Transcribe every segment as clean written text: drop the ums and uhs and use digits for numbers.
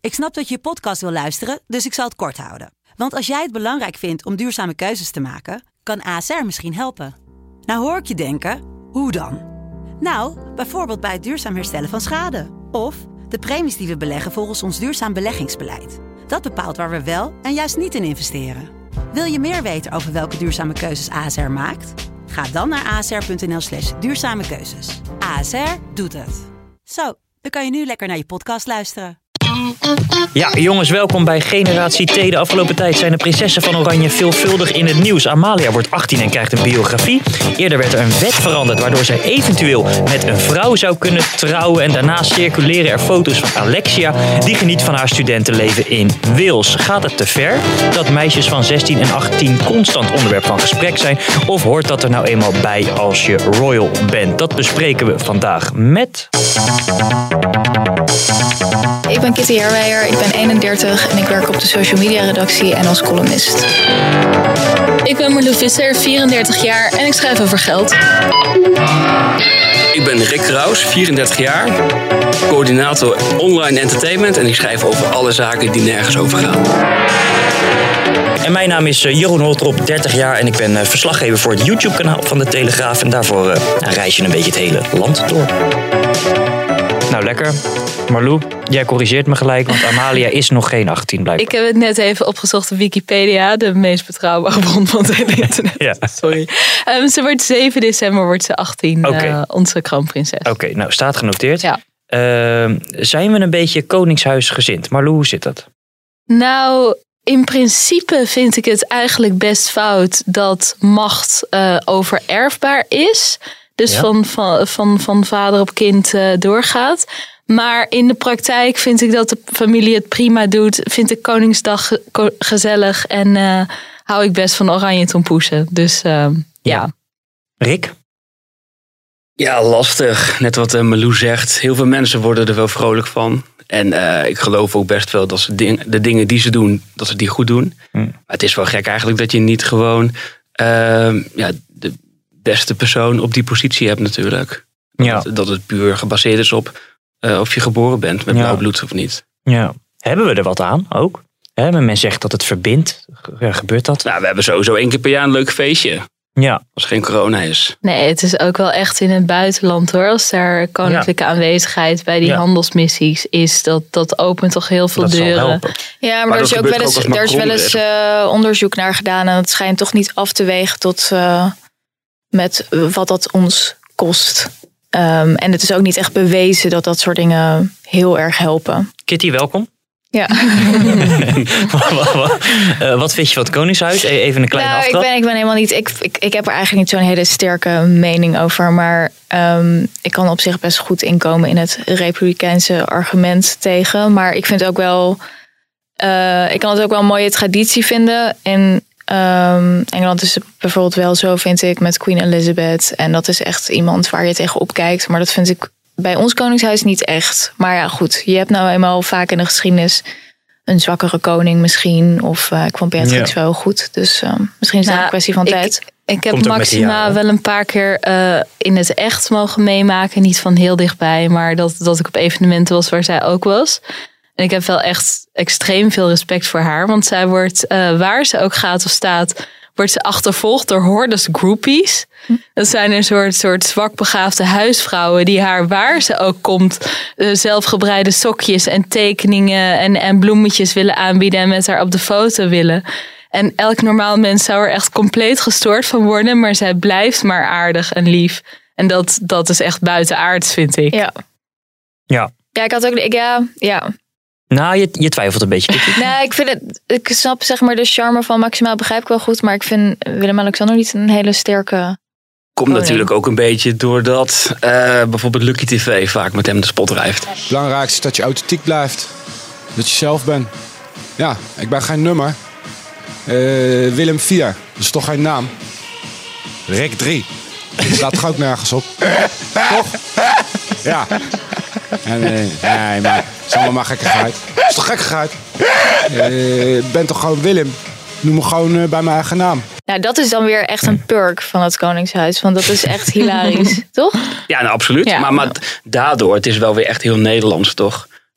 Ik snap dat je podcast wil luisteren, dus ik zal het kort houden. Want als jij het belangrijk vindt om duurzame keuzes te maken, kan ASR misschien helpen. Nou hoor ik je denken, hoe dan? Nou, bijvoorbeeld bij het duurzaam herstellen van schade. Of de premies die we beleggen volgens ons duurzaam beleggingsbeleid. Dat bepaalt waar we wel en juist niet in investeren. Wil je meer weten over welke duurzame keuzes ASR maakt? Ga dan naar asr.nl/duurzame keuzes. ASR doet het. Zo, dan kan je nu lekker naar je podcast luisteren. Ja, jongens, welkom bij Generatie T. De afgelopen tijd zijn de prinsessen van Oranje veelvuldig in het nieuws. Amalia wordt 18 en krijgt een biografie. Eerder werd er een wet veranderd waardoor zij eventueel met een vrouw zou kunnen trouwen. En daarnaast circuleren er foto's van Alexia. Die geniet van haar studentenleven in Wales. Gaat het te ver dat meisjes van 16 en 18 constant onderwerp van gesprek zijn? Of hoort dat er nou eenmaal bij als je royal bent? Dat bespreken we vandaag met... Ik ben Kitty Herwijer, ik ben 31 en ik werk op de social media redactie en als columnist. Ik ben Marlou Visser, 34 jaar en ik schrijf over geld. Ik ben Rick Kraus, 34 jaar, coördinator online entertainment en ik schrijf over alle zaken die nergens over gaan. En mijn naam is Jeroen Holtrop, 30 jaar en ik ben verslaggever voor het YouTube-kanaal van De Telegraaf. En daarvoor reis je een beetje het hele land door. Nou, lekker. Marlou, jij corrigeert me gelijk, want Amalia is nog geen 18 blijkbaar. Ik heb het net even opgezocht op Wikipedia, de meest betrouwbare bron van het hele internet. Ja. Sorry. Ze wordt 7 december wordt ze 18, onze kroonprinses. Oké, nou staat genoteerd. Ja. Zijn we een beetje koningshuisgezind? Marlou, hoe zit dat? Nou, in principe vind ik het eigenlijk best fout dat macht overerfbaar is. Dus van vader op kind doorgaat. Maar in de praktijk vind ik dat de familie het prima doet. Vind ik Koningsdag gezellig. En hou ik best van oranje tompoesen. Dus ja. Rick? Ja, lastig. Net wat Marlou zegt. Heel veel mensen worden er wel vrolijk van. En ik geloof ook best wel dat ze de dingen die ze doen, dat ze die goed doen. Maar het is wel gek eigenlijk dat je niet gewoon de beste persoon op die positie hebt natuurlijk. Ja. Dat het puur gebaseerd is op of je geboren bent met blauw bloed of niet. Ja. Hebben we er wat aan ook? Men zegt dat het verbindt. Gebeurt dat? Nou, we hebben sowieso 1 keer per jaar een leuk feestje. Ja. Als er geen corona is. Nee, het is ook wel echt in het buitenland hoor. Als er koninklijke aanwezigheid bij die handelsmissies is. Dat opent toch heel veel deuren. Ja, maar er is wel eens onderzoek naar gedaan. En het schijnt toch niet af te wegen tot met wat dat ons kost. En het is ook niet echt bewezen dat dat soort dingen heel erg helpen. Kitty, welkom. Ja. Wat vind je van het Koningshuis? Even een kleine aftrap. Ik ben helemaal niet... Ik heb er eigenlijk niet zo'n hele sterke mening over. Maar ik kan op zich best goed inkomen in het republikeinse argument tegen. Maar ik vind ook wel... ik kan het ook wel een mooie traditie vinden. In Engeland is het bijvoorbeeld wel zo, vind ik, met Queen Elizabeth. En dat is echt iemand waar je tegenop kijkt. Maar dat vind ik bij ons Koningshuis niet echt. Maar ja, goed. Je hebt nou eenmaal vaak in de geschiedenis een zwakkere koning misschien. Of ik vond Beatrix wel goed. Dus misschien is het een kwestie van tijd. Ik heb Maxima wel een paar keer in het echt mogen meemaken. Niet van heel dichtbij, maar dat ik op evenementen was waar zij ook was. En ik heb wel echt extreem veel respect voor haar. Want zij wordt, waar ze ook gaat of staat, wordt ze achtervolgd door hordes groupies. Dat zijn een soort zwakbegaafde huisvrouwen die haar, waar ze ook komt, zelfgebreide sokjes en tekeningen en bloemetjes willen aanbieden en met haar op de foto willen. En elk normaal mens zou er echt compleet gestoord van worden, maar zij blijft maar aardig en lief. En dat is echt buitenaards, vind ik. Ja. Ja, ik had ook... Ja. Nou, je twijfelt een beetje. Nou, ik snap zeg maar de charme van Maxima, begrijp ik wel goed. Maar ik vind Willem-Alexander niet een hele sterke... Komt natuurlijk ook een beetje doordat bijvoorbeeld Lucky TV vaak met hem de spot drijft. Het belangrijkste is dat je authentiek blijft. Dat je zelf bent. Ja, ik ben geen nummer. Willem 4, dat is toch geen naam. Rick 3. Dat staat toch ook nergens op? Toch? Ja. En, nee, maar het is allemaal maar gekkigheid. Het is toch gekkigheid? Ik ben toch gewoon Willem? Noem me gewoon bij mijn eigen naam. Nou, dat is dan weer echt een perk van het Koningshuis. Want dat is echt hilarisch, toch? Ja, nou, absoluut. Ja, maar daardoor, het is wel weer echt heel Nederlands, toch?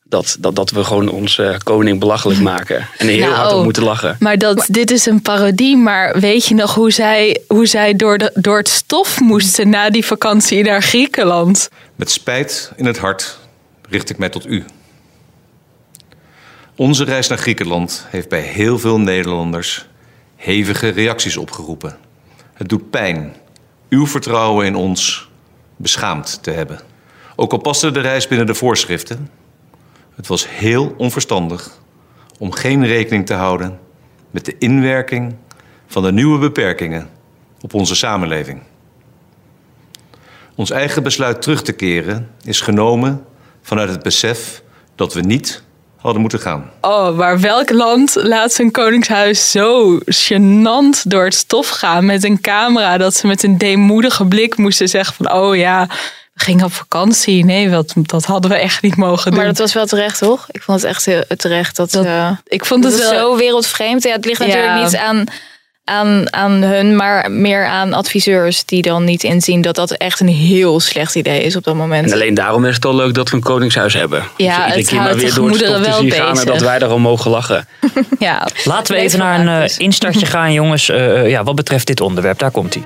dat we gewoon onze koning belachelijk maken. En heel hard op moeten lachen. Maar dit is een parodie. Maar weet je nog hoe zij door het stof moesten na die vakantie naar Griekenland? Met spijt in het hart richt ik mij tot u. Onze reis naar Griekenland heeft bij heel veel Nederlanders hevige reacties opgeroepen. Het doet pijn uw vertrouwen in ons beschaamd te hebben. Ook al paste de reis binnen de voorschriften, het was heel onverstandig om geen rekening te houden met de inwerking van de nieuwe beperkingen op onze samenleving. Ons eigen besluit terug te keren is genomen vanuit het besef dat we niet hadden moeten gaan. Oh, maar welk land laat zijn koningshuis zo gênant door het stof gaan met een camera, dat ze met een deemoedige blik moesten zeggen van, oh ja, we gingen op vakantie. Nee, dat hadden we echt niet mogen doen. Maar dat was wel terecht, toch? Ik vond het echt heel terecht. Ik vond het wel zo wereldvreemd. Ja, het ligt natuurlijk niet aan hun, maar meer aan adviseurs die dan niet inzien dat echt een heel slecht idee is op dat moment. En alleen daarom is het al leuk dat we een koningshuis hebben. Ja, dus iedere keer maar weer door het stof te zien gaan en dat wij er al mogen lachen. Ja, laten we even naar een instartje gaan, jongens. Wat betreft dit onderwerp, daar komt hij.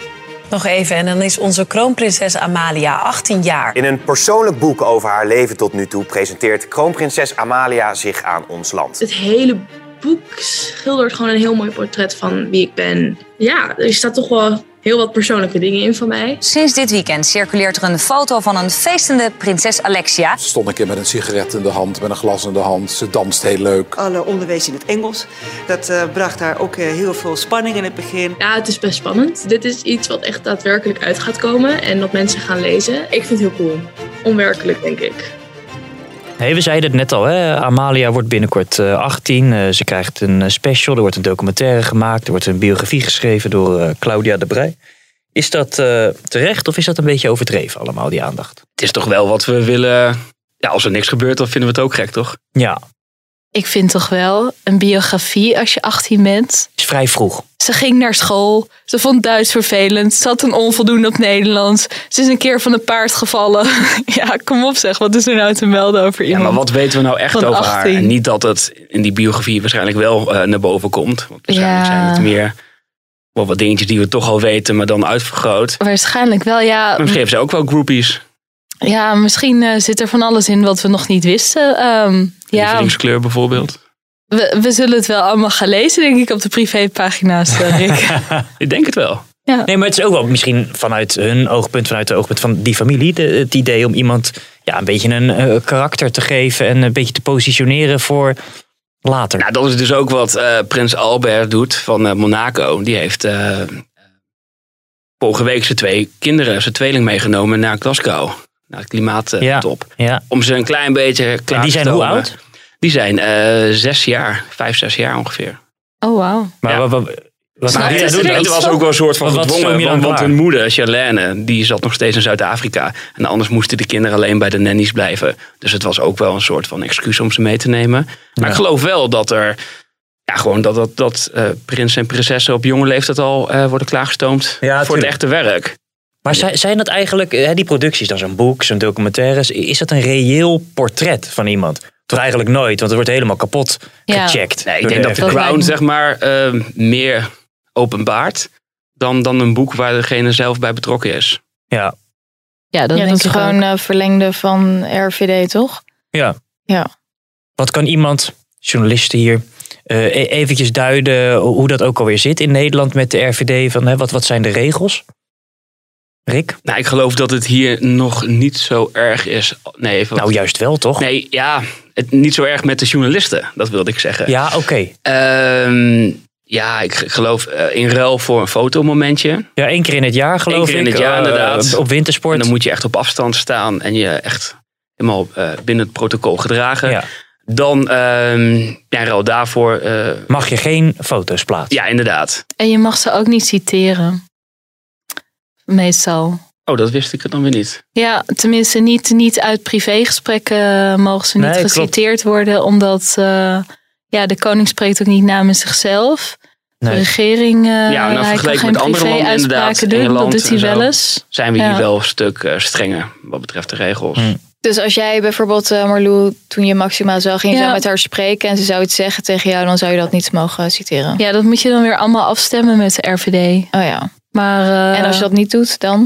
Nog even, en dan is onze kroonprinses Amalia 18 jaar. In een persoonlijk boek over haar leven tot nu toe presenteert kroonprinses Amalia zich aan ons land. Het hele boek schildert gewoon een heel mooi portret van wie ik ben. Ja, er staat toch wel heel wat persoonlijke dingen in van mij. Sinds dit weekend circuleert er een foto van een feestende prinses Alexia. Ze stond een keer met een sigaret in de hand, met een glas in de hand. Ze danst heel leuk. Alle onderwijs in het Engels. Dat bracht haar ook heel veel spanning in het begin. Ja, het is best spannend. Dit is iets wat echt daadwerkelijk uit gaat komen en dat mensen gaan lezen. Ik vind het heel cool. Onwerkelijk, denk ik. Hey, we zeiden het net al, hè? Amalia wordt binnenkort 18. Ze krijgt een special, er wordt een documentaire gemaakt. Er wordt een biografie geschreven door Claudia de Breij. Is dat terecht of is dat een beetje overdreven allemaal, die aandacht? Het is toch wel wat we willen. Ja, als er niks gebeurt, dan vinden we het ook gek, toch? Ja. Ik vind toch wel een biografie als je 18 bent. Is vrij vroeg. Ze ging naar school. Ze vond Duits vervelend. Ze had een onvoldoende op Nederlands. Ze is een keer van een paard gevallen. Ja, kom op zeg. Wat is er nou te melden over iemand? Ja, maar wat weten we nou echt over 18? Haar? En niet dat het in die biografie waarschijnlijk wel naar boven komt. Want waarschijnlijk zijn het meer wat dingetjes die we toch al weten, maar dan uitvergroot. Waarschijnlijk wel, ja. Maar misschien heeft ze ook wel groupies. Ja, misschien zit er van alles in wat we nog niet wisten. Lievelingskleur bijvoorbeeld. We zullen het wel allemaal gaan lezen, denk ik, op de privépagina's, Rick. Ik denk het wel. Ja. Nee, maar het is ook wel misschien vanuit hun oogpunt, vanuit het oogpunt van die familie, het idee om iemand een beetje een karakter te geven en een beetje te positioneren voor later. Nou, dat is dus ook wat prins Albert doet van Monaco. Die heeft vorige week zijn 2 kinderen, zijn tweeling meegenomen naar Glasgow. Naar het klimaattop. Ja. Om ze een klein beetje klaar en die zijn hoe oud? Die zijn 6 jaar, 5, 6 jaar ongeveer. Oh, wauw. Maar het was ook wel een soort van gedwongen. Want hun moeder, Charlène, die zat nog steeds in Zuid-Afrika. En anders moesten de kinderen alleen bij de nannies blijven. Dus het was ook wel een soort van excuus om ze mee te nemen. Maar ik geloof wel dat er dat prinsen en prinsessen op jonge leeftijd al worden klaargestoomd voor het echte werk. Maar zijn dat eigenlijk, die producties, dan zo'n boek, zo'n documentaires, is dat een reëel portret van iemand? Toch eigenlijk nooit, want het wordt helemaal kapot gecheckt. Nee, ik denk dat de Crown zeg maar meer openbaart dan een boek waar degene zelf bij betrokken is. Ja, dat is gewoon verlengde van RVD, toch? Ja. Ja. Wat kan iemand, journalisten hier, eventjes duiden hoe dat ook alweer zit in Nederland met de RVD? Van, wat zijn de regels? Rick? Nou, ik geloof dat het hier nog niet zo erg is. Nee, nou, juist wel, toch? Nee, ja, niet zo erg met de journalisten, dat wilde ik zeggen. Ja, oké. Ik geloof in ruil voor een fotomomentje. Ja, 1 keer in het jaar geloof ik. 1 keer in het jaar, inderdaad. Op wintersport. En dan moet je echt op afstand staan en je echt helemaal binnen het protocol gedragen. Ja. Dan, in ruil daarvoor... mag je geen foto's plaatsen? Ja, inderdaad. En je mag ze ook niet citeren. Meestal. Oh, dat wist ik het dan weer niet. Ja, tenminste niet uit privégesprekken mogen ze niet geciteerd worden. Omdat de koning spreekt ook niet namens zichzelf. De regering hij kan geen privé-uitspraken doen. Dat doet hij wel eens. Zijn we hier wel een stuk strenger wat betreft de regels. Dus als jij bijvoorbeeld, Marlou, toen je Maxima zag, ging je zou met haar spreken en ze zou iets zeggen tegen jou, dan zou je dat niet mogen citeren. Ja, dat moet je dan weer allemaal afstemmen met de RVD. Oh ja. Maar, en als je dat niet doet, dan?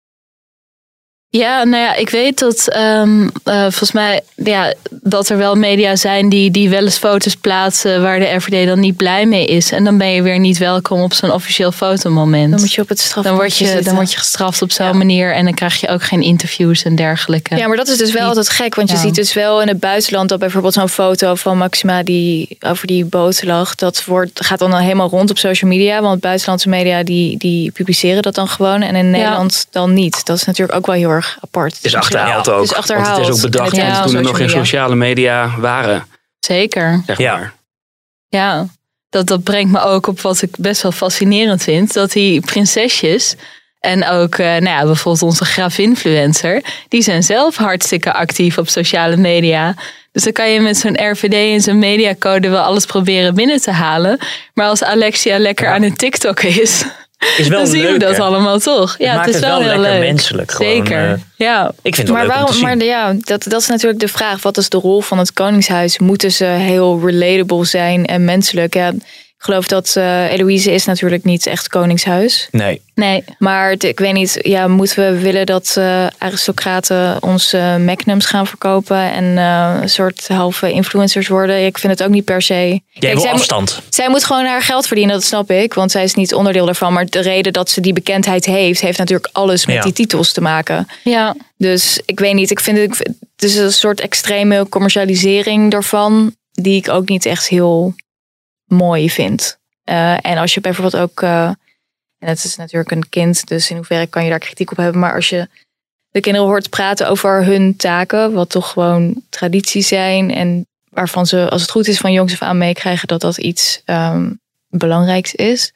Ja, nou ja, ik weet dat volgens mij dat er wel media zijn die wel eens foto's plaatsen waar de RVD dan niet blij mee is. En dan ben je weer niet welkom op zo'n officieel fotomoment. Dan moet je op het strafpuntje dan word je gestraft op zo'n manier en dan krijg je ook geen interviews en dergelijke. Ja, maar dat is dus wel altijd gek, want je ziet dus wel in het buitenland dat bijvoorbeeld zo'n foto van Maxima die over die boot lag, gaat dan helemaal rond op social media, want buitenlandse media die publiceren dat dan gewoon en in Nederland dan niet. Dat is natuurlijk ook wel heel erg apart. Het is achterhaald ook. Het is want het is ook bedacht toen er nog geen sociale media waren. Zeker. Zeg maar. Ja. Dat brengt me ook op wat ik best wel fascinerend vind. Dat die prinsesjes en ook bijvoorbeeld onze grafinfluencer, die zijn zelf hartstikke actief op sociale media. Dus dan kan je met zo'n RVD en zo'n mediacode wel alles proberen binnen te halen. Maar als Alexia lekker aan het TikTokken is wel dan zien we dat allemaal toch. Ja, het is wel heel leuk. Menselijk gewoon. Zeker. Ja. Ik vind het wel leuk om te zien. Maar dat is natuurlijk de vraag. Wat is de rol van het Koningshuis? Moeten ze heel relatable zijn en menselijk? Ja, ik geloof dat Eloïse is natuurlijk niet echt Koningshuis. Nee. Maar ik weet niet, moeten we willen dat aristocraten ons magnums gaan verkopen en een soort halve influencers worden? Ik vind het ook niet per se. Jij wil afstand. Zij moet gewoon haar geld verdienen, dat snap ik. Want zij is niet onderdeel daarvan. Maar de reden dat ze die bekendheid heeft natuurlijk alles met die titels te maken. Ja. Dus ik weet niet, het is een soort extreme commercialisering daarvan, die ik ook niet echt heel mooi vind. En als je bijvoorbeeld ook, en het is natuurlijk een kind, dus in hoeverre kan je daar kritiek op hebben, maar als je de kinderen hoort praten over hun taken, wat toch gewoon tradities zijn en waarvan ze, als het goed is, van jongs af aan meekrijgen dat iets belangrijks is.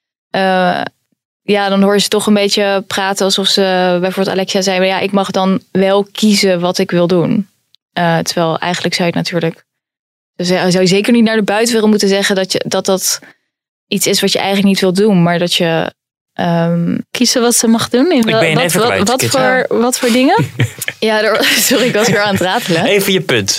Dan hoor je ze toch een beetje praten alsof ze bijvoorbeeld Alexia zei, maar ik mag dan wel kiezen wat ik wil doen. Terwijl eigenlijk zou je het natuurlijk, dus zou je zeker niet naar de buitenwereld moeten zeggen dat iets is wat je eigenlijk niet wil doen, maar dat je kiezen wat ze mag doen. Ik ben even kwijt. Wat voor dingen? Sorry, ik was weer aan het ratelen. Even je punt.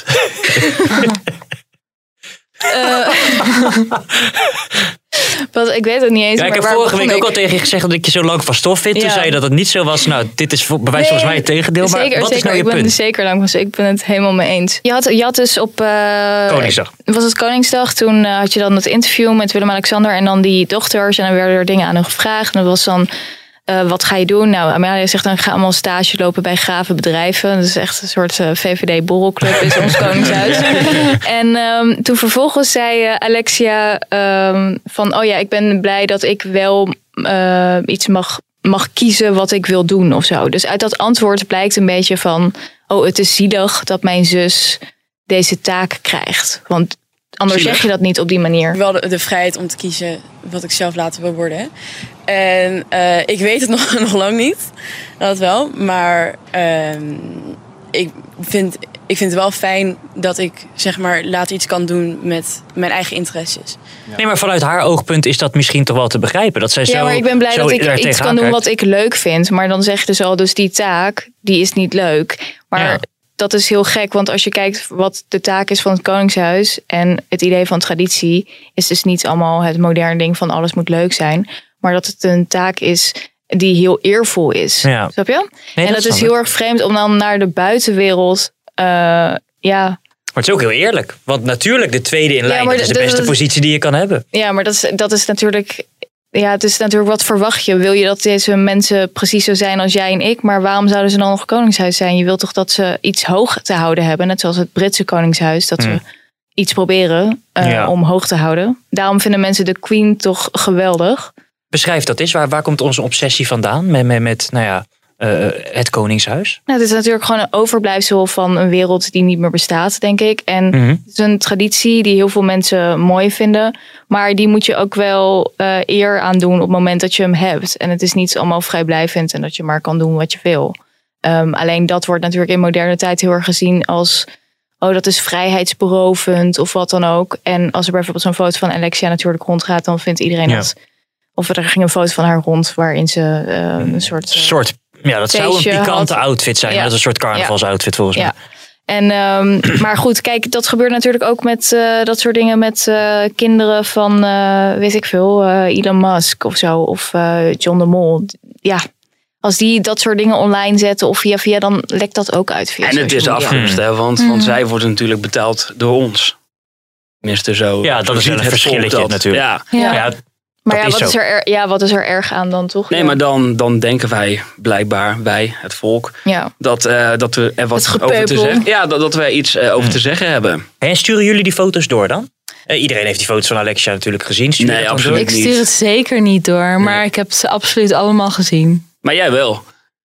Ik weet het niet eens. Ik heb vorige week ook al tegen je gezegd dat ik je zo lang van stof vind. Toen zei je dat het niet zo was. Nou, dit is bewijs volgens mij het tegendeel. Maar zeker, wat is nou je punt? Ik ben zeker lang van stof. Ik ben het helemaal mee eens. Je had dus op Koningsdag. Was het Koningsdag? Toen had je dan het interview met Willem-Alexander en dan die dochters. En dan werden er dingen aan hen gevraagd. En dat was dan, wat ga je doen? Nou, Amalia zegt dan, ik ga allemaal stage lopen bij gravenbedrijven. Dat is echt een soort VVD-borrelclub is ons Koningshuis. En toen vervolgens zei Alexia van, ik ben blij dat ik wel iets mag kiezen wat ik wil doen of zo. Dus uit dat antwoord blijkt een beetje van, het is zielig dat mijn zus deze taak krijgt. Want anders zeg je dat niet op die manier. Wel de vrijheid om te kiezen wat ik zelf later wil worden. En ik weet het nog lang niet. Dat wel. Maar ik vind het wel fijn dat ik zeg maar later iets kan doen met mijn eigen interesses. Ja. Nee, maar vanuit haar oogpunt is dat misschien toch wel te begrijpen. Dat zij maar ik ben blij dat ik iets kan doen wat ik leuk vind. Maar dan zeg je dus al, dus die taak, die is niet leuk. Maar dat is heel gek, want als je kijkt wat de taak is van het Koningshuis en het idee van traditie, is dus niet allemaal het moderne ding van alles moet leuk zijn. Maar dat het een taak is die heel eervol is. Ja. Snap je? Nee, en dat is heel erg vreemd om dan naar de buitenwereld. Maar het is ook heel eerlijk. Want natuurlijk de tweede in lijn is de beste positie die je kan hebben. Ja, maar dat is natuurlijk. Ja, het is natuurlijk wat verwacht je. Wil je dat deze mensen precies zo zijn als jij en ik? Maar waarom zouden ze dan nog Koningshuis zijn? Je wilt toch dat ze iets hoog te houden hebben. Net zoals het Britse Koningshuis. Dat ze iets proberen om hoog te houden. Daarom vinden mensen de Queen toch geweldig. Beschrijf dat eens. Waar komt onze obsessie vandaan met het Koningshuis? Nou, het is natuurlijk gewoon een overblijfsel van een wereld die niet meer bestaat, denk ik. En het is een traditie die heel veel mensen mooi vinden. Maar die moet je ook wel eer aan doen op het moment dat je hem hebt. En het is niet allemaal vrijblijvend en dat je maar kan doen wat je wil. Alleen dat wordt natuurlijk in moderne tijd heel erg gezien als, dat is vrijheidsberovend of wat dan ook. En als er bijvoorbeeld zo'n foto van Alexia natuurlijk rondgaat, dan vindt iedereen dat. Of er ging een foto van haar rond waarin ze een soort Ja, dat zou een pikante outfit zijn. Ja. Dat is een soort carnavalsoutfit volgens mij. En, maar goed, kijk, dat gebeurt natuurlijk ook met dat soort dingen met kinderen van, weet ik veel, Elon Musk of zo. Of John de Mol. Ja, als die dat soort dingen online zetten of via dan lekt dat ook uit. Via en het is afkomst, hè, want zij worden natuurlijk betaald door ons. Tenminste zo. Ja, dat is een verschilletje natuurlijk. Ja. Maar wat is er erg aan dan toch? Nee, maar dan denken wij blijkbaar, wij, het volk, dat we er wat over te zeggen. Ja, dat we iets over te zeggen hebben. En sturen jullie die foto's door dan? Iedereen heeft die foto's van Alexia natuurlijk gezien. Nee, absoluut niet. Ik stuur het zeker niet door, maar ik heb ze absoluut allemaal gezien. Maar jij wel.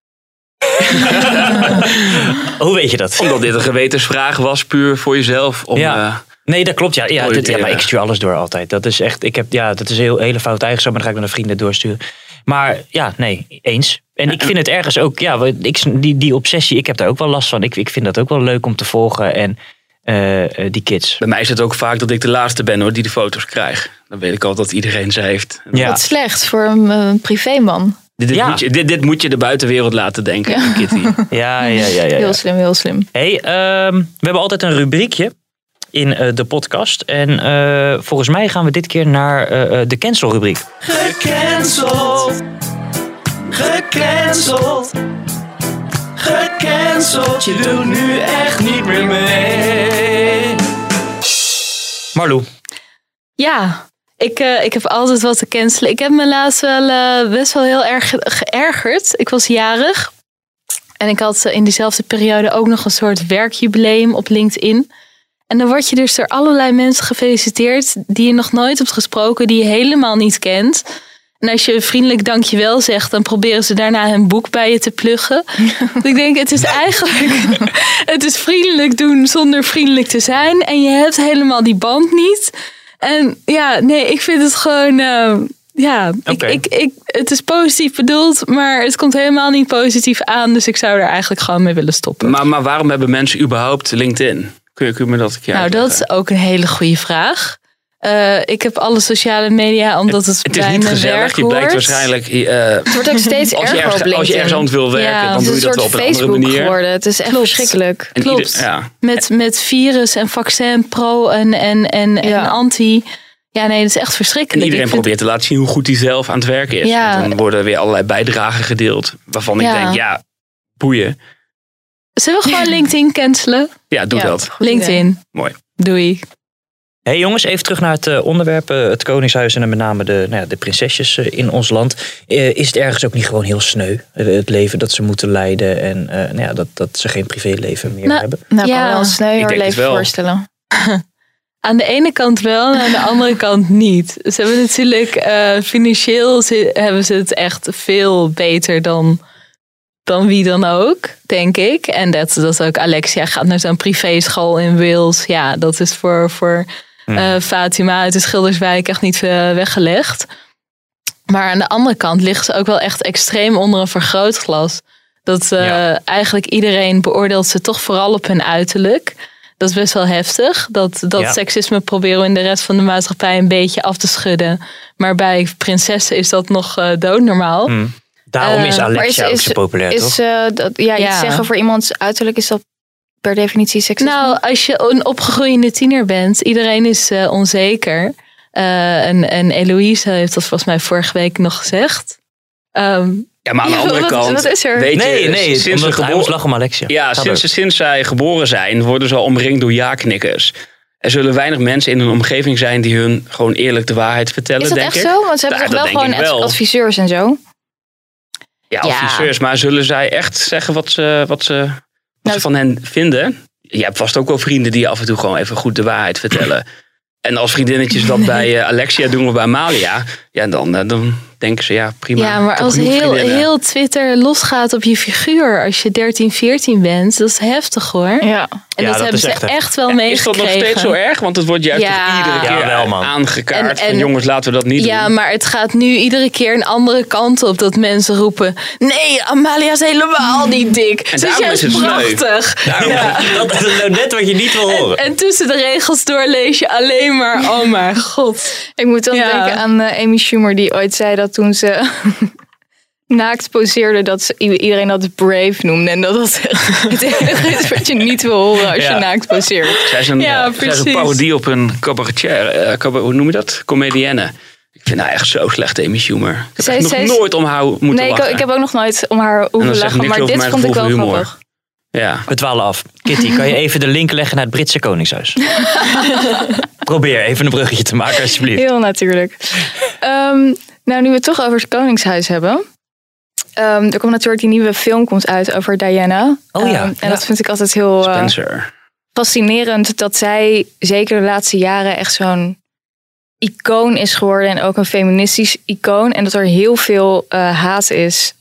Hoe weet je dat? Omdat dit een gewetensvraag was, puur voor jezelf. Nee, dat klopt. Ja, maar ik stuur alles door altijd. Dat is echt, dat is een hele fout eigenschap, maar dan ga ik naar de vrienden doorsturen. Maar eens. En ik vind het ergens ook, die obsessie, ik heb daar ook wel last van. Ik vind dat ook wel leuk om te volgen en die kids. Bij mij is het ook vaak dat ik de laatste ben hoor, die de foto's krijg. Dan weet ik al dat iedereen ze heeft. Wat slecht voor een privéman. Dit moet je de buitenwereld laten denken, Kitty. Ja. Heel slim. Hey, we hebben altijd een rubriekje in de podcast. En volgens mij gaan we dit keer naar de cancel-rubriek. Gecanceld. Je doet nu echt niet meer mee. Marlou. Ja, ik heb altijd wat te cancelen. Ik heb me laatst wel best wel heel erg geërgerd. Ik was jarig. En ik had in diezelfde periode ook nog een soort werkjubileum op LinkedIn. En dan word je dus door allerlei mensen gefeliciteerd die je nog nooit hebt gesproken, die je helemaal niet kent. En als je vriendelijk dankjewel zegt, dan proberen ze daarna hun boek bij je te pluggen. Ik denk, het is eigenlijk, het is vriendelijk doen zonder vriendelijk te zijn. En je hebt helemaal die band niet. En ik vind het gewoon, het is positief bedoeld, maar het komt helemaal niet positief aan. Dus ik zou er eigenlijk gewoon mee willen stoppen. Maar waarom hebben mensen überhaupt LinkedIn? Kun je me dat een keer uitleggen? Dat is ook een hele goede vraag. Ik heb alle sociale media omdat het bij mijn werk hoort. Het is niet gezellig. Je blijkt waarschijnlijk... het wordt ook steeds erger op LinkedIn. Als je ergens aan wil werken, dan doe je dat wel op een andere manier. Geworden. Het is echt verschrikkelijk. Klopt. Met virus en vaccin, pro en anti. Ja, nee, dat is echt verschrikkelijk. En iedereen probeert te laten zien hoe goed hij zelf aan het werken is. Ja. Want dan worden weer allerlei bijdragen gedeeld. Waarvan ik denk, boeien. Zullen we gewoon LinkedIn cancelen? Ja, doe dat. LinkedIn. Mooi. Doei. Hey jongens, even terug naar het onderwerp. Het Koningshuis en met name de prinsesjes in ons land. Is het ergens ook niet gewoon heel sneu? Het leven dat ze moeten leiden en dat ze geen privéleven meer hebben? Ik kan wel een sneuier leven voorstellen. Aan de ene kant wel en aan de andere kant niet. Ze hebben natuurlijk financieel hebben ze het echt veel beter dan wie dan ook, denk ik. En dat ook Alexia gaat naar zo'n privéschool in Wales. Ja, dat is voor Fatima uit de Schilderswijk echt niet weggelegd. Maar aan de andere kant liggen ze ook wel echt extreem onder een vergrootglas. Dat eigenlijk iedereen beoordeelt ze toch vooral op hun uiterlijk. Dat is best wel heftig. Dat seksisme proberen we in de rest van de maatschappij een beetje af te schudden. Maar bij prinsessen is dat nog doodnormaal. Daarom is Alexia ook zo populair, toch? Iets zeggen voor iemands uiterlijk is dat per definitie seksisme? Nou, als je een opgegroeide tiener bent, iedereen is onzeker. En Eloïse heeft dat volgens mij vorige week nog gezegd. Ja, maar aan de andere kant, wat is er? Nee, sinds ze geboren lag om Alexia. Ja, sinds zij geboren zijn, worden ze al omringd door ja-knikkers. Er zullen weinig mensen in hun omgeving zijn die hun gewoon eerlijk de waarheid vertellen, denk ik. Is dat echt zo? Want ze hebben toch wel gewoon adviseurs en zo? Ja, adviseurs, maar zullen zij echt zeggen wat ze van hen vinden? Je hebt vast ook wel vrienden die af en toe gewoon even goed de waarheid vertellen. En als vriendinnetjes dat bij Alexia doen of bij Amalia, dan denken ze, prima. Ja, maar als heel Twitter losgaat op je figuur als je 13, 14 bent, dat is heftig hoor. Ja. En dat hebben ze echt wel meegekregen. Is dat nog steeds zo erg? Want het wordt juist iedere keer aangekaart van jongens, laten we dat niet doen. Ja, maar het gaat nu iedere keer een andere kant op dat mensen roepen, nee, Amalia is helemaal niet dik. En ze is juist prachtig. Dat is nou net wat je niet wil horen. En tussen de regels door lees je alleen maar, oh mijn god. Ik moet dan denken aan Amy Schumer die ooit zei dat toen naakt poseerde, dat iedereen dat brave noemde. En dat het enige is wat je niet wil horen als je naakt poseert. Zij is een parodie op een cabaretier. Hoe noem je dat? Comedienne. Ik vind haar echt zo slecht, Amy Schumer. Ik heb nog nooit om haar moeten lachen. Nee, ik heb ook nog nooit om haar hoeven lachen. Maar dit vond ik wel grappig. Ja. We dwalen af. Kitty, kan je even de link leggen naar het Britse Koningshuis? Probeer even een bruggetje te maken, alsjeblieft. Heel natuurlijk. Nou, nu we het toch over het Koningshuis hebben. Er komt natuurlijk die nieuwe film uit over Diana. En dat vind ik altijd heel fascinerend. Dat zij zeker de laatste jaren echt zo'n icoon is geworden. En ook een feministisch icoon. En dat er heel veel haat is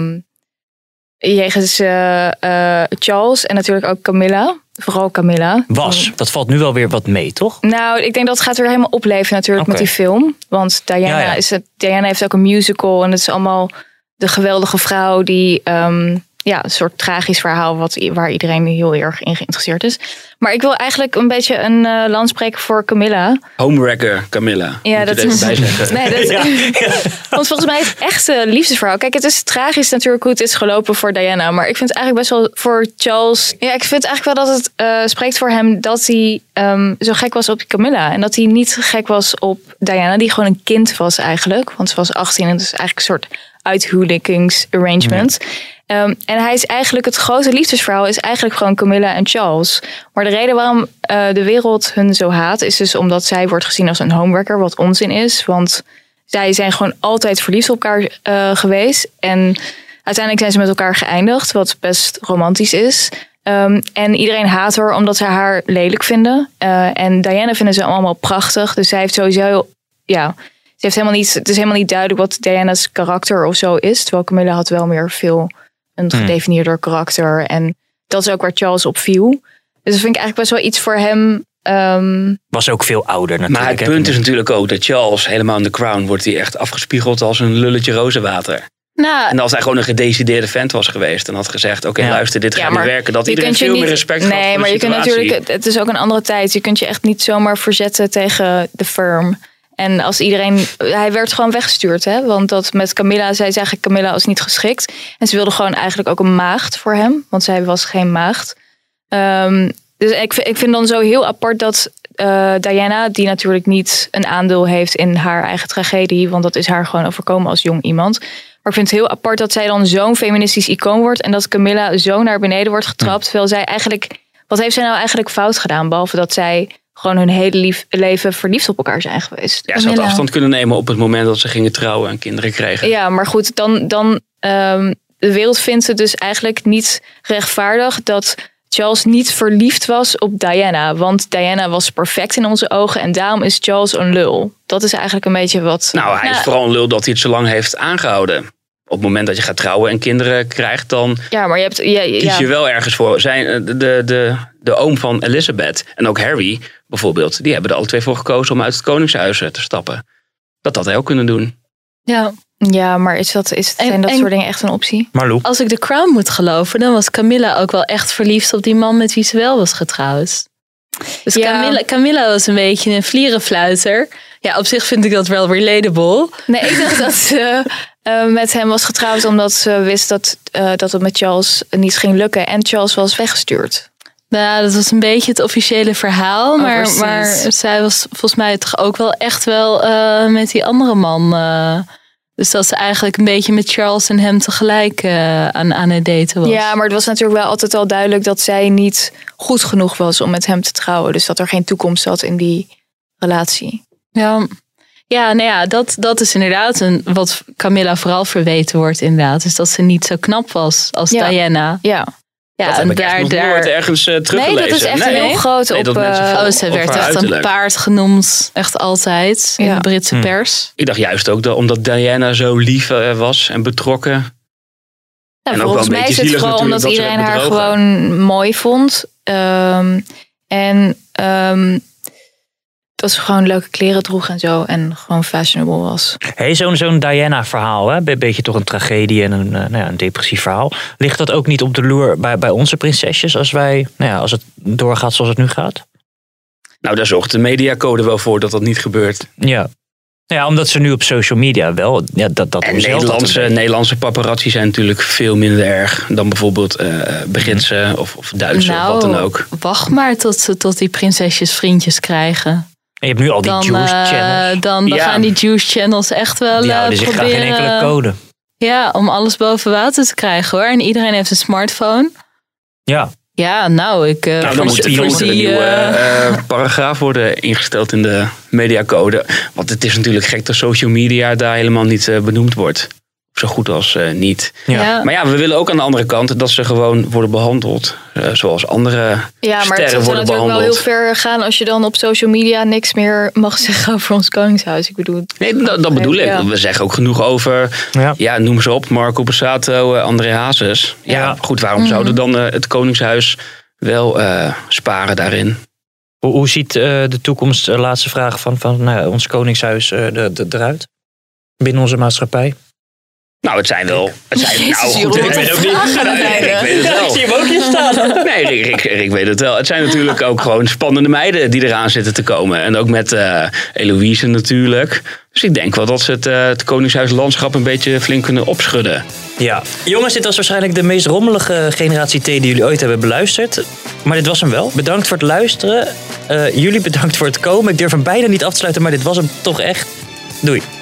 jegens Charles en natuurlijk ook Camilla. Vooral Camilla. Dat valt nu wel weer wat mee, toch? Nou, ik denk dat het gaat weer helemaal opleven natuurlijk met die film. Want Diana, Diana heeft ook een musical. En het is allemaal de geweldige vrouw die... een soort tragisch verhaal waar iedereen heel erg in geïnteresseerd is. Maar ik wil eigenlijk een beetje een lans spreken voor Camilla. Homewrecker Camilla. Ja, dat is... Want volgens mij is het echt een liefdesverhaal. Kijk, het is tragisch natuurlijk hoe het is gelopen voor Diana. Maar ik vind het eigenlijk best wel voor Charles... Ja, ik vind eigenlijk wel dat het spreekt voor hem dat hij zo gek was op Camilla. En dat hij niet gek was op Diana, die gewoon een kind was eigenlijk. Want ze was 18 en het is eigenlijk een soort uithuwelijkingsarrangement. En hij is eigenlijk, het grote liefdesverhaal is eigenlijk gewoon Camilla en Charles. Maar de reden waarom de wereld hun zo haat is dus omdat zij wordt gezien als een homewrecker, wat onzin is. Want zij zijn gewoon altijd verliefd op elkaar geweest. En uiteindelijk zijn ze met elkaar geëindigd, wat best romantisch is. En iedereen haat haar omdat ze haar lelijk vinden. En Diana vinden ze allemaal prachtig. Dus zij heeft sowieso, ze heeft het is helemaal niet duidelijk wat Diana's karakter of zo is. Terwijl Camilla had wel meer een gedefinieerder karakter. En dat is ook waar Charles op viel. Dus dat vind ik eigenlijk best wel iets voor hem. Was ook veel ouder natuurlijk. Maar het punt is natuurlijk ook dat Charles helemaal in The Crown wordt hij echt afgespiegeld als een lulletje rozenwater. Nou, en als hij gewoon een gedecideerde vent was geweest en had gezegd, oké, luister, dit gaat niet werken. Dat iedereen veel meer respect had voor de situatie. Nee, maar je kunt natuurlijk, het is ook een andere tijd. Je kunt je echt niet zomaar verzetten tegen de firm. En als hij werd gewoon weggestuurd, hè? Want dat met Camilla, zij zeggen Camilla is niet geschikt. En ze wilde gewoon eigenlijk ook een maagd voor hem, want zij was geen maagd. Dus ik vind dan zo heel apart dat Diana, die natuurlijk niet een aandeel heeft in haar eigen tragedie, want dat is haar gewoon overkomen als jong iemand. Maar ik vind het heel apart dat zij dan zo'n feministisch icoon wordt en dat Camilla zo naar beneden wordt getrapt. Terwijl zij eigenlijk, wat heeft zij nou eigenlijk fout gedaan, behalve dat zij gewoon hun hele leven verliefd op elkaar zijn geweest. Ja, ze had afstand kunnen nemen op het moment dat ze gingen trouwen en kinderen kregen. Ja, maar goed, dan de wereld vindt het dus eigenlijk niet rechtvaardig dat Charles niet verliefd was op Diana. Want Diana was perfect in onze ogen en daarom is Charles een lul. Dat is eigenlijk een beetje wat... Nou, hij is vooral een lul dat hij het zo lang heeft aangehouden. Op het moment dat je gaat trouwen en kinderen krijgt, dan maar je hebt, kies je wel ergens voor. De oom van Elizabeth en ook Harry bijvoorbeeld, die hebben er alle twee voor gekozen om uit het Koningshuis te stappen. Dat had hij ook kunnen doen. Ja, maar zijn dat soort dingen echt een optie? Marlou? Als ik The Crown moet geloven, dan was Camilla ook wel echt verliefd op die man met wie ze wel was getrouwd. Dus Camilla was een beetje een vlierenfluiter. Ja, op zich vind ik dat wel relatable. Nee, ik dacht dat ze met hem was getrouwd omdat ze wist dat het met Charles niet ging lukken. En Charles was weggestuurd. Nou, dat was een beetje het officiële verhaal. Maar zij was volgens mij toch ook wel echt wel met die andere man. Dus dat ze eigenlijk een beetje met Charles en hem tegelijk aan het daten was. Ja, maar het was natuurlijk wel altijd al duidelijk dat zij niet goed genoeg was om met hem te trouwen. Dus dat er geen toekomst zat in die relatie. Ja, nou ja, dat is inderdaad wat Camilla vooral verweten wordt inderdaad. Is dat ze niet zo knap was als Diana. Ja, dat heb ik echt nog nooit ergens teruggelezen. Nee, dat is echt heel groot ze werd echt een paard genoemd. Echt altijd in de Britse pers. Ik dacht juist ook omdat Diana zo lief was en betrokken. Ja, en volgens mij is het vooral omdat iedereen haar gewoon mooi vond. Dat ze gewoon leuke kleren droeg en zo. En gewoon fashionable was. Hey, zo'n Diana-verhaal. Een beetje toch een tragedie en een depressief verhaal. Ligt dat ook niet op de loer bij onze prinsesjes? Als het doorgaat zoals het nu gaat? Nou, daar zorgt de mediacode wel voor dat dat niet gebeurt. Ja. Ja, omdat ze nu op social media wel... Ja, dat en Nederlandse paparazzi zijn natuurlijk veel minder erg dan bijvoorbeeld Britse of Duitse of wat dan ook. Wacht maar tot die prinsesjes vriendjes krijgen. En je hebt nu al die juice channels. Dan gaan die juice channels echt wel die houden zich graag geen enkele code. Ja, om alles boven water te krijgen hoor. En iedereen heeft een smartphone. Ja. Ja, nou, dan moet een nieuwe paragraaf worden ingesteld in de mediacode. Want het is natuurlijk gek dat social media daar helemaal niet benoemd wordt. Zo goed als niet. Ja. Maar ja, we willen ook aan de andere kant dat ze gewoon worden behandeld. Zoals andere sterren worden behandeld. Ja, maar het zou natuurlijk wel heel ver gaan als je dan op social media niks meer mag zeggen over ons koningshuis. Ik bedoel... Nee, dat bedoel ik. Ja. We zeggen ook genoeg over, noem ze op, Marco Borsato, André Hazes. Ja, goed, waarom zouden dan het koningshuis wel sparen daarin? Hoe ziet de toekomst, laatste vraag van ons koningshuis eruit? Binnen onze maatschappij? Nou, het zijn wel... goed, ik weet ook niet. Ik weet het wel. Ik zie hem ook hier staan. Nee, Rick weet het wel. Het zijn natuurlijk ook gewoon spannende meiden die eraan zitten te komen. En ook met Eloïse natuurlijk. Dus ik denk wel dat ze het Koningshuislandschap een beetje flink kunnen opschudden. Ja. Jongens, dit was waarschijnlijk de meest rommelige generatie T die jullie ooit hebben beluisterd. Maar dit was hem wel. Bedankt voor het luisteren. Jullie bedankt voor het komen. Ik durf hem bijna niet af te sluiten, maar dit was hem toch echt. Doei.